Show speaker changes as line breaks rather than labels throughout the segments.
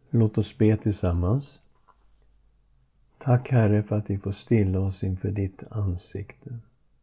Låt oss be tillsammans. Tack Herre för att vi får stilla oss inför ditt ansikte.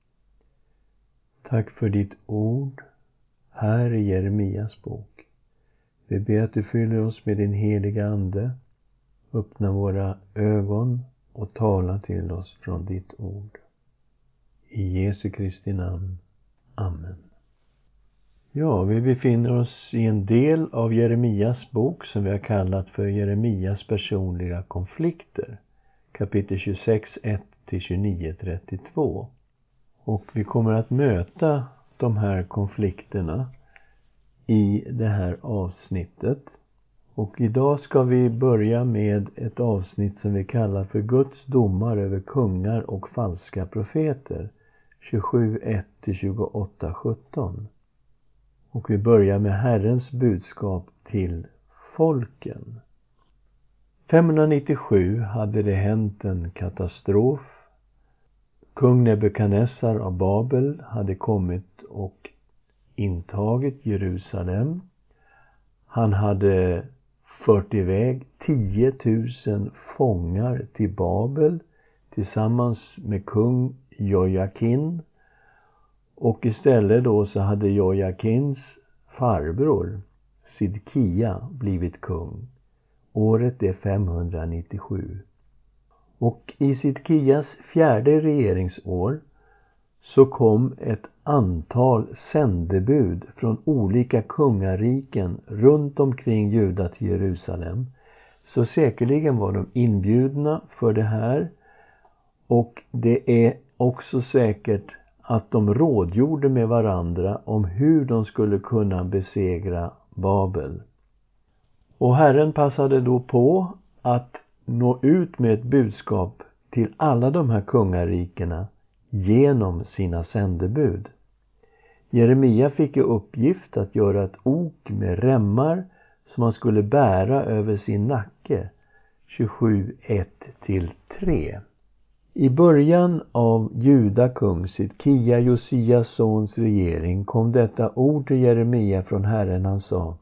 Tack för ditt ord här i Jeremias bok. Vi ber att du fyller oss med din heliga ande. Öppna våra ögon och tala till oss från ditt ord. I Jesu Kristi namn. Amen. Ja, vi befinner oss i en del av Jeremias bok som vi har kallat för Jeremias personliga konflikter. Kapitel 26, 1-29-32. Och vi kommer att möta de här konflikterna i det här avsnittet. Och idag ska vi börja med ett avsnitt som vi kallar för Guds domar över kungar och falska profeter. 27, 1-28, 17. Och vi börjar med Herrens budskap till folken. 597 hade det hänt en katastrof. Kung Nebukadnessar av Babel hade kommit och intagit Jerusalem. Han hade fört iväg 10 000 fångar till Babel tillsammans med kung Jojakin. Och istället då så hade Jojakins farbror Sidkia blivit kung. Året är 597. Och i Sidkias 4:e regeringsår så kom ett antal sändebud från olika kungariken runt omkring Juda till Jerusalem. Så säkerligen var de inbjudna för det här. Och det är också säkert att de rådgjorde med varandra om hur de skulle kunna besegra Babel. Och Herren passade då på att nå ut med ett budskap till alla de här kungarikena genom sina sändebud. Jeremia fick i uppgift att göra ett ok med remmar som han skulle bära över sin nacke. 27, 1-3. I början av Juda kung Sidkia, Josias sons regering, kom detta ord till Jeremia från Herren. Han sa: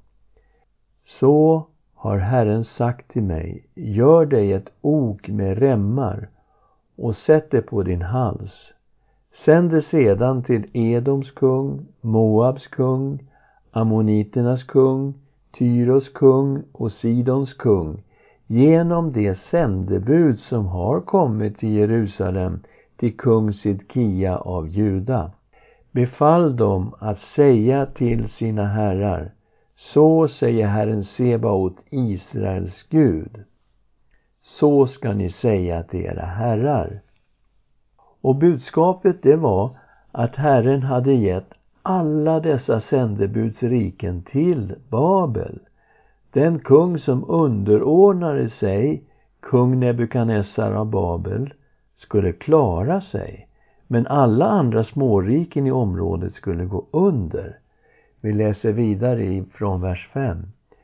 Så har Herren sagt till mig, gör dig ett ok med remmar och sätt det på din hals. Sänd det sedan till Edoms kung, Moabs kung, Ammoniternas kung, Tyros kung och Sidons kung, genom det sändebud som har kommit till Jerusalem till kung Sidkia av Juda. Befall dem att säga till sina herrar: så säger Herren Sebaot, Israels Gud. Så ska ni säga till era herrar. Och budskapet det var att Herren hade gett alla dessa sändebuds riken till Babel. Den kung som underordnade sig kung Nebukadnessar av Babel skulle klara sig, men alla andra småriken i området skulle gå under. Vi läser vidare från vers 5.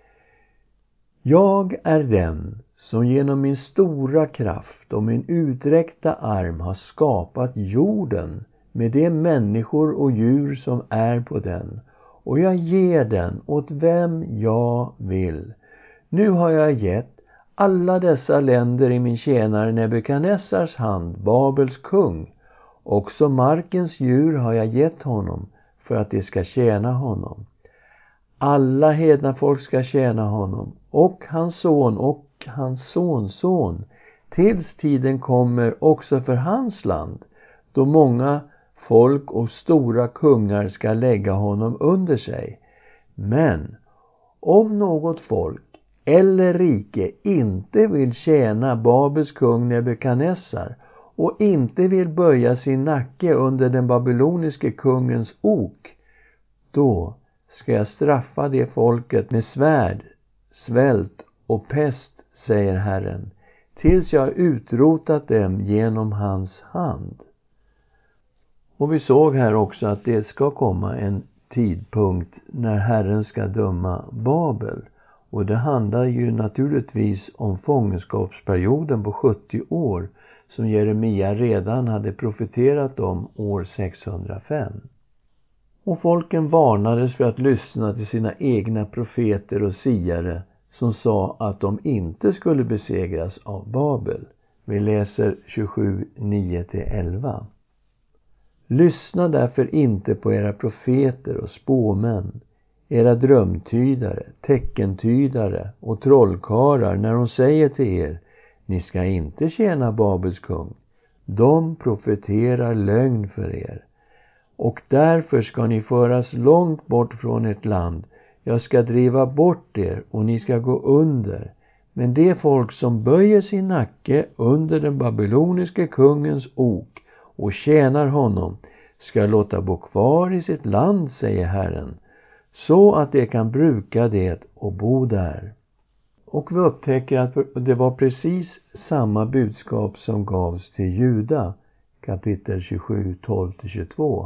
Jag är den som genom min stora kraft och min uträckta arm har skapat jorden med de människor och djur som är på den, och jag ger den åt vem jag vill. Nu har jag gett alla dessa länder i min tjänare Nebukadnessars hand, Babels kung. Också markens djur har jag gett honom för att de ska tjäna honom. Alla hedna folk ska tjäna honom, och hans son och hans sonson, tills tiden kommer också för hans land, då många folk och stora kungar ska lägga honom under sig. Men om något folk eller rike inte vill tjäna Babels kung Nebukadnessar och inte vill böja sin nacke under den babyloniske kungens ok, då ska jag straffa det folket med svärd, svält och pest, säger Herren, tills jag har utrotat dem genom hans hand. Och vi såg här också att det ska komma en tidpunkt när Herren ska döma Babel. Och det handlar ju naturligtvis om fångenskapsperioden på 70 år som Jeremia redan hade profeterat om år 605. Och folken varnades för att lyssna till sina egna profeter och siare som sa att de inte skulle besegras av Babel. Vi läser 27, 9-11. Lyssna därför inte på era profeter och spåmän, era drömtydare, teckentydare och trollkarlar när de säger till er: ni ska inte tjäna Babels kung. De profeterar lögn för er. Och därför ska ni föras långt bort från ert land. Jag ska driva bort er och ni ska gå under. Men det folk som böjer sin nacke under den babyloniske kungens ok och tjänar honom ska låta bo kvar i sitt land, säger Herren, så att de kan bruka det och bo där. Och vi upptäcker att det var precis samma budskap som gavs till Juda, kapitel 27, 12-22.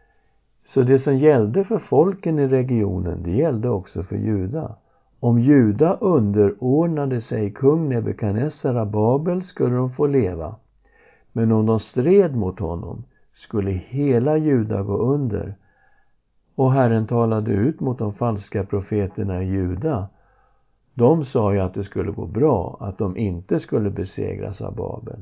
Så det som gällde för folken i regionen, det gällde också för Juda. Om Juda underordnade sig kung Nebukadnessar av Babel skulle de få leva. Men om de stred mot honom skulle hela Juda gå under. Och Herren talade ut mot de falska profeterna i Juda. De sa ju att det skulle gå bra, att de inte skulle besegras av Babel.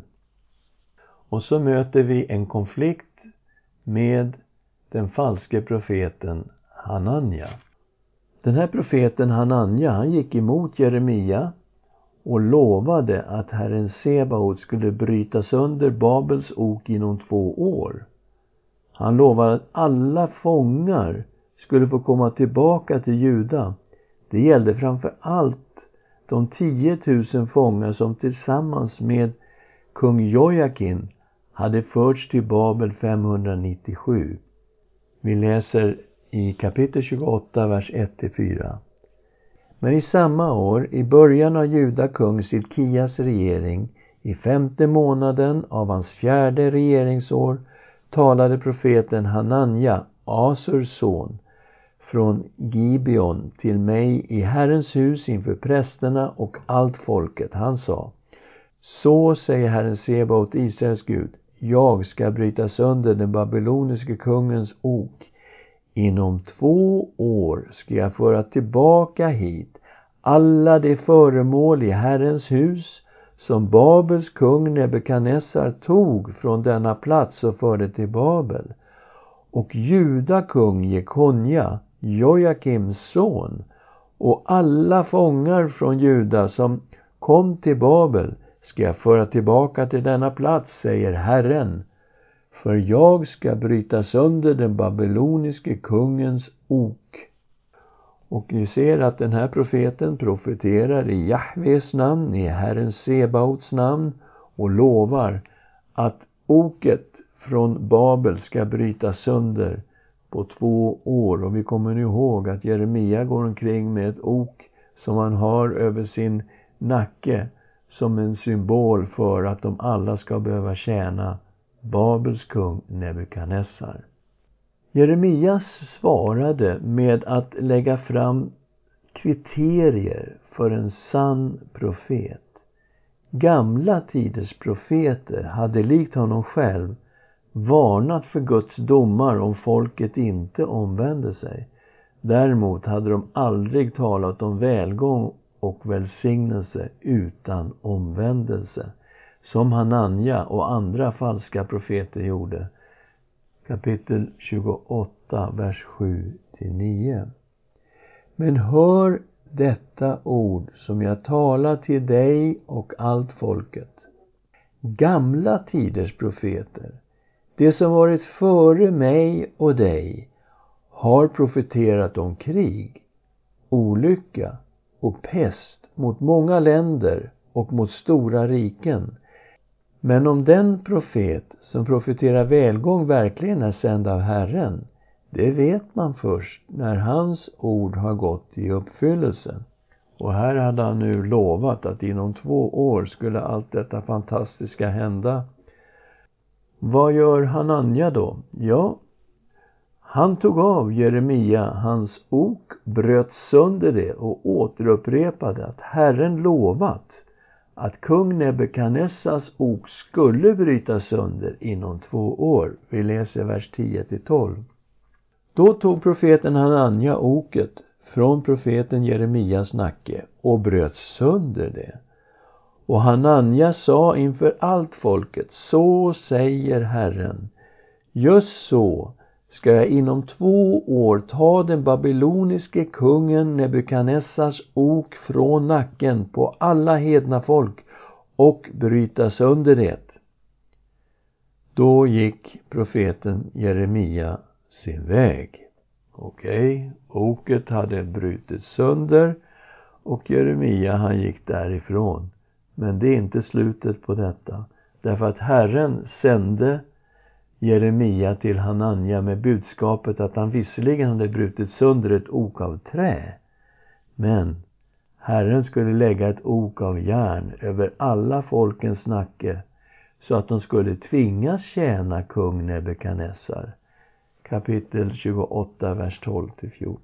Och så möter vi en konflikt med den falske profeten Hananja. Den här profeten Hananja, han gick emot Jeremia och lovade att Herren Sebaot skulle bryta sönder Babels ok inom 2 år. Han lovade att alla fångar skulle få komma tillbaka till Juda. Det gällde framför allt de 10 000 fångar som tillsammans med kung Jojakin hade förts till Babel 597. Vi läser i kapitel 28, vers 1-4. Men i samma år, i början av Juda kung Sidkias regering, i 5:e månaden av hans 4:e regeringsår, talade profeten Hananja, Asurs son, från Gibeon till mig i Herrens hus inför prästerna och allt folket. Han sa: så säger Herren Sebaot, Israels Gud, jag ska bryta sönder den babyloniske kungens ok. Inom 2 år ska jag föra tillbaka hit alla de föremål i Herrens hus som Babels kung Nebukadnessar tog från denna plats och förde till Babel. Och Juda kung Jekonja, Jojakims son, och alla fångar från Juda som kom till Babel ska jag föra tillbaka till denna plats, säger Herren. För jag ska bryta sönder den babyloniske kungens ok. Och ni ser att den här profeten profeterar i Jahves namn, i Herren Sebaots namn, och lovar att oket från Babel ska brytas sönder på 2 år. Och vi kommer ihåg att Jeremia går omkring med ett ok som han har över sin nacke som en symbol för att de alla ska behöva tjäna Babels kung Nebukadnessar. Jeremias svarade med att lägga fram kriterier för en sann profet. Gamla tiders profeter hade likt honom själv varnat för Guds domar om folket inte omvände sig. Däremot hade de aldrig talat om välgång och välsignelse utan omvändelse, som Hananja och andra falska profeter gjorde. Kapitel 28, vers 7-9. Men hör detta ord som jag talar till dig och allt folket. Gamla tiders profeter, det som varit före mig och dig, har profeterat om krig, olycka och pest mot många länder och mot stora riken. Men om den profet som profeterar välgång verkligen är sänd av Herren, det vet man först när hans ord har gått i uppfyllelse. Och här hade han nu lovat att inom 2 år skulle allt detta fantastiska hända. Vad gör Hananja då? Ja, han tog av Jeremia hans ok, bröt sönder det och återupprepade att Herren lovat att kung Nebukadnessars ok skulle brytas sönder inom 2 år. Vi läser vers 10-12. Då tog profeten Hananja oket, från profeten Jeremias nacke och bröt sönder det. Och Hananja sa inför allt folket: så säger Herren, just så ska jag inom 2 år ta den babyloniske kungen Nebukadnessars ok från nacken på alla hedna folk och bryta sönder det. Då gick profeten Jeremia sin väg. Oket hade brutit sönder och Jeremia han gick därifrån. Men det är inte slutet på detta. Därför att Herren sände Jeremia till Hananja med budskapet att han visserligen hade brutit sönder ett ok av trä. Men Herren skulle lägga ett ok av järn över alla folkens nacke, så att de skulle tvingas tjäna kung Nebukadnessar. Kapitel 28, vers 12-14.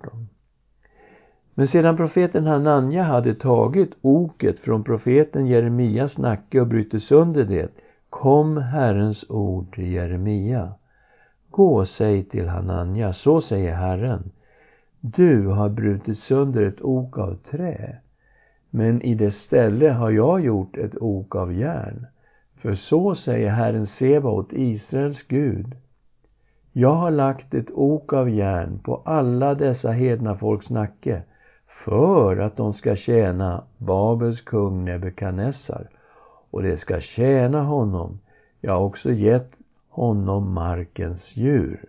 Men sedan profeten Hananja hade tagit oket från profeten Jeremias nacke och brutit sönder det, kom Herrens ord till Jeremia. Gå och säg till Hananja, så säger Herren, du har brutit sönder ett ok av trä, men i det ställe har jag gjort ett ok av järn. För så säger Herren Sebaot, Israels Gud, jag har lagt ett ok av järn på alla dessa hedna folks nacke, för att de ska tjäna Babels kung Nebukadnessar, och det ska tjäna honom. Jag har också gett honom markens djur.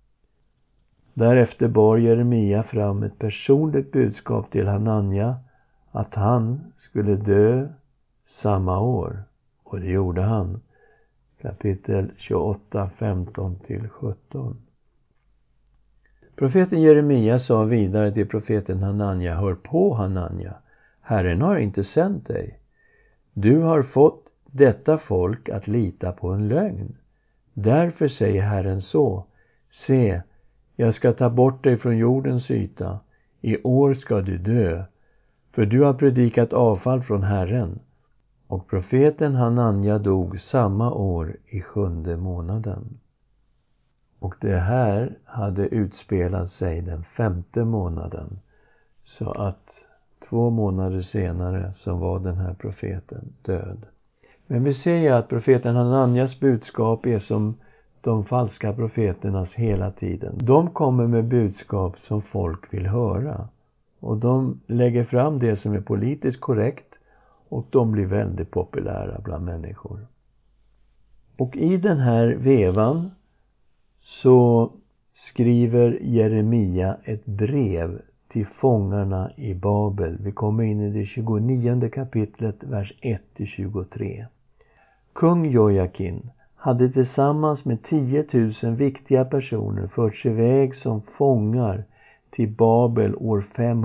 Därefter bar Jeremia fram ett personligt budskap till Hananja att han skulle dö samma år. Och det gjorde han. Kapitel 28, 15-17. Profeten Jeremia sa vidare till profeten Hananja: hör på, Hananja, Herren har inte sänt dig. Du har fått detta folk att lita på en lögn. Därför säger Herren så: se, jag ska ta bort dig från jordens yta. I år ska du dö, för du har predikat avfall från Herren. Och profeten Hananja dog samma år i 7:e månaden. Och det här hade utspelat sig den 5:e månaden. Så att 2 månader senare så var den här profeten död. Men vi ser ju att profeten Hananjas budskap är som de falska profeternas hela tiden. De kommer med budskap som folk vill höra. Och de lägger fram det som är politiskt korrekt. Och de blir väldigt populära bland människor. Och i den här vevan så skriver Jeremia ett brev till fångarna i Babel. Vi kommer in i det 29:e kapitlet, vers 1-23. Kung Jojakin hade tillsammans med 10 000 viktiga personer förts iväg som fångar till Babel år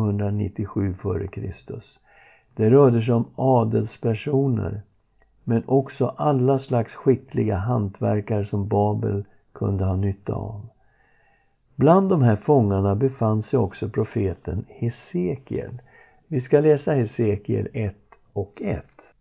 597 f.Kr. Det rörde sig om adelspersoner, men också alla slags skickliga hantverkare som Babel kunde ha nytta av. Bland de här fångarna befann sig också profeten Hesekiel. Vi ska läsa Hesekiel 1:1.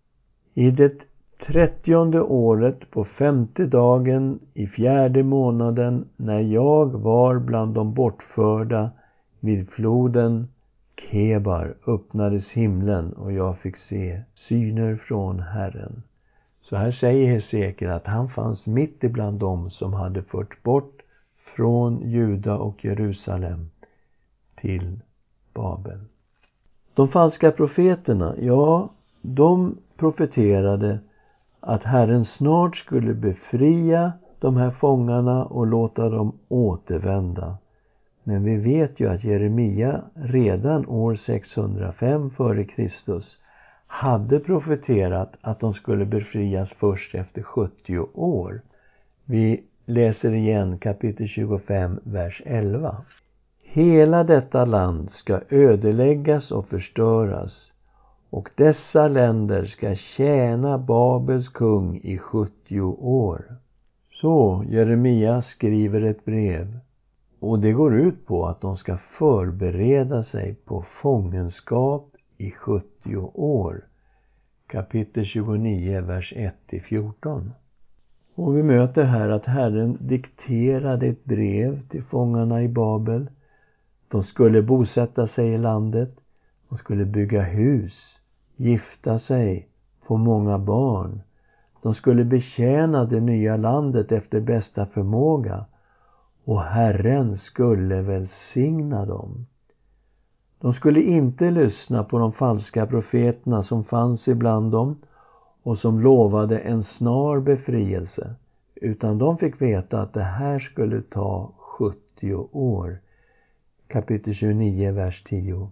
I det 30:e året på 5:e dagen i 4:e månaden, när jag var bland de bortförda vid floden Kebar, öppnades himlen och jag fick se syner från Herren. Så här säger Hesekiel att han fanns mitt ibland dem som hade förts bort från Juda och Jerusalem till Babel. De falska profeterna, de profeterade att Herren snart skulle befria de här fångarna och låta dem återvända. Men vi vet ju att Jeremia redan år 605 f.Kr. hade profeterat att de skulle befrias först efter 70 år. Vi läser igen kapitel 25, vers 11. Hela detta land ska ödeläggas och förstöras, och dessa länder ska tjäna Babels kung i 70 år. Så Jeremia skriver ett brev. Och det går ut på att de ska förbereda sig på fångenskap i 70 år. Kapitel 29, vers 1-14. Och vi möter här att Herren dikterade ett brev till fångarna i Babel. De skulle bosätta sig i landet. De skulle bygga hus, gifta sig, få många barn. De skulle betjäna det nya landet efter bästa förmåga. Och Herren skulle välsigna dem. De skulle inte lyssna på de falska profeterna som fanns ibland dem och som lovade en snar befrielse. Utan de fick veta att det här skulle ta 70 år. Kapitel 29, vers 10.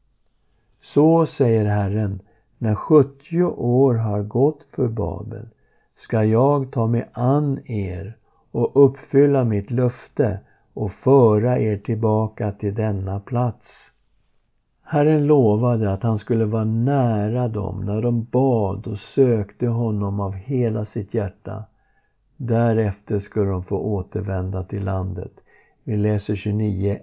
Så säger Herren, när 70 år har gått för Babel ska jag ta mig an er och uppfylla mitt löfte och föra er tillbaka till denna plats. Herren lovade att han skulle vara nära dem när de bad och sökte honom av hela sitt hjärta. Därefter skulle de få återvända till landet. Vi läser 29,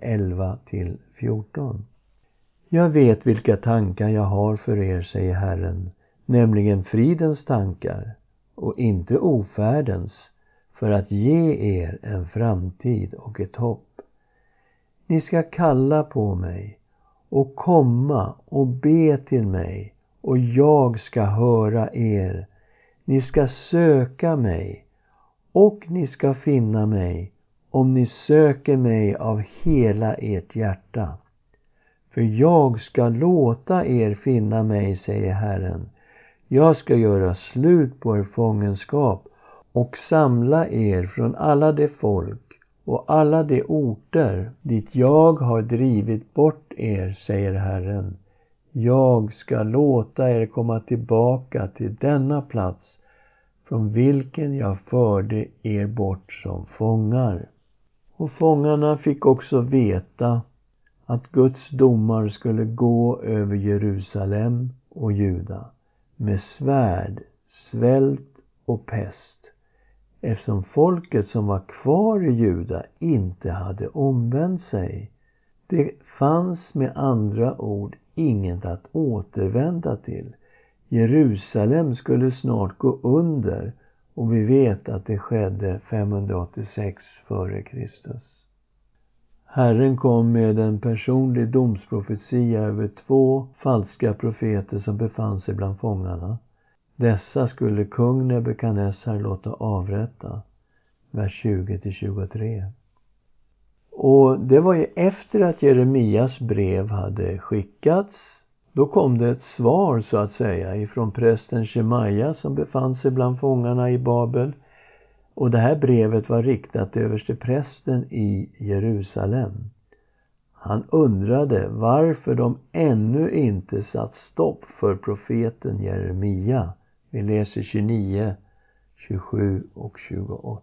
11-14. Jag vet vilka tankar jag har för er, säger Herren, nämligen fridens tankar och inte ofärdens, för att ge er en framtid och ett hopp. Ni ska kalla på mig och komma och be till mig, och jag ska höra er. Ni ska söka mig och ni ska finna mig, om ni söker mig av hela ert hjärta. För jag ska låta er finna mig, säger Herren. Jag ska göra slut på er fångenskap och samla er från alla de folk och alla de orter dit jag har drivit bort er, säger Herren. Jag ska låta er komma tillbaka till denna plats från vilken jag förde er bort som fångar. Och fångarna fick också veta att Guds domar skulle gå över Jerusalem och Juda med svärd, svält och pest, eftersom folket som var kvar i Juda inte hade omvänt sig. Det fanns med andra ord inget att återvända till. Jerusalem skulle snart gå under, och vi vet att det skedde 586 före Kristus. Herren kom med en personlig domsprofetia över 2 falska profeter som befann sig bland fångarna. Dessa skulle kung Nebukadnessar låta avrätta. Vers 20-23. Och det var ju efter att Jeremias brev hade skickats. Då kom det ett svar, så att säga, ifrån prästen Shemaja som befann sig bland fångarna i Babel. Och det här brevet var riktat till översteprästen i Jerusalem. Han undrade varför de ännu inte satt stopp för profeten Jeremia. Vi läser 29, 27 och 28.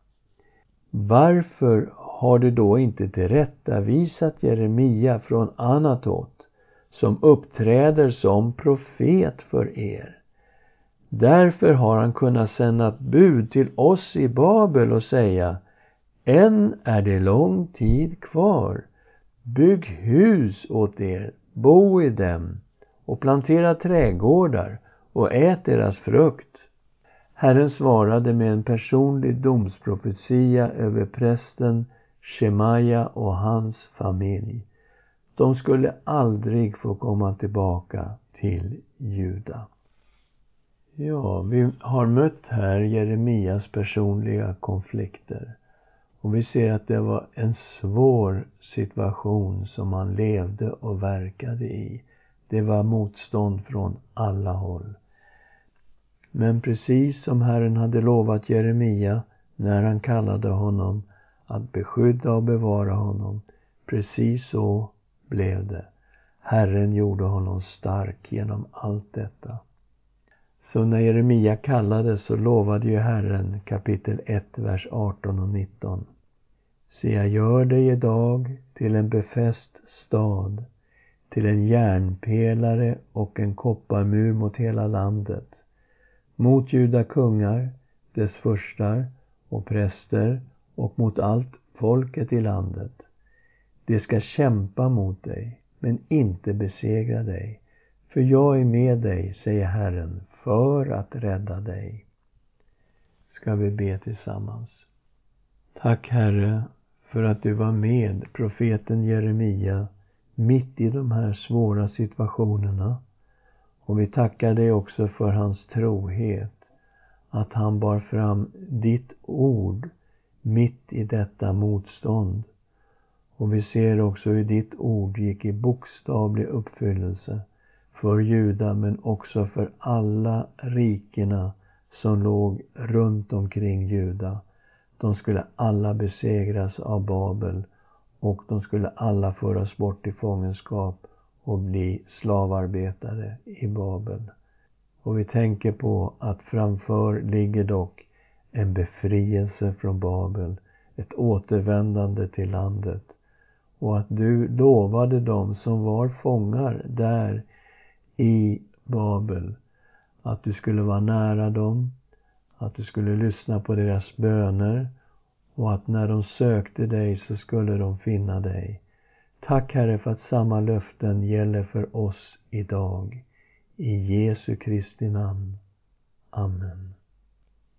Varför har du då inte tillrättavisat Jeremia från Anatot, som uppträder som profet för er? Därför har han kunnat sända ett bud till oss i Babel och säga: än är det lång tid kvar. Bygg hus åt er, bo i dem och plantera trädgårdar och ät deras frukt. Herren svarade med en personlig domsprofetia över prästen Shemaja och hans familj. De skulle aldrig få komma tillbaka till Juda. Ja, vi har mött här Jeremias personliga konflikter. Och vi ser att det var en svår situation som han levde och verkade i. Det var motstånd från alla håll. Men precis som Herren hade lovat Jeremia när han kallade honom att beskydda och bevara honom, precis så blev det. Herren gjorde honom stark genom allt detta. Så när Jeremia kallades så lovade ju Herren, kapitel 1, vers 18 och 19. Se, jag gör dig idag till en befäst stad, till en järnpelare och en kopparmur mot hela landet, mot Juda kungar, dess furstar och präster och mot allt folket i landet. De ska kämpa mot dig, men inte besegra dig. För jag är med dig, säger Herren, för att rädda dig. Ska vi be tillsammans. Tack, Herre, för att du var med profeten Jeremia mitt i de här svåra situationerna. Och vi tackar dig också för hans trohet, att han bar fram ditt ord mitt i detta motstånd. Och vi ser också hur ditt ord gick i bokstavlig uppfyllelse för Juda, men också för alla rikena som låg runt omkring Juda. De skulle alla besegras av Babel, och de skulle alla föras bort i fångenskap och bli slavarbetare i Babel. Och vi tänker på att framför ligger dock en befrielse från Babel, ett återvändande till landet. Och att du lovade dem som var fångar där i Babel att du skulle vara nära dem, att du skulle lyssna på deras böner, och att när de sökte dig så skulle de finna dig. Tack Herre för att samma löften gäller för oss idag. I Jesu Kristi namn. Amen.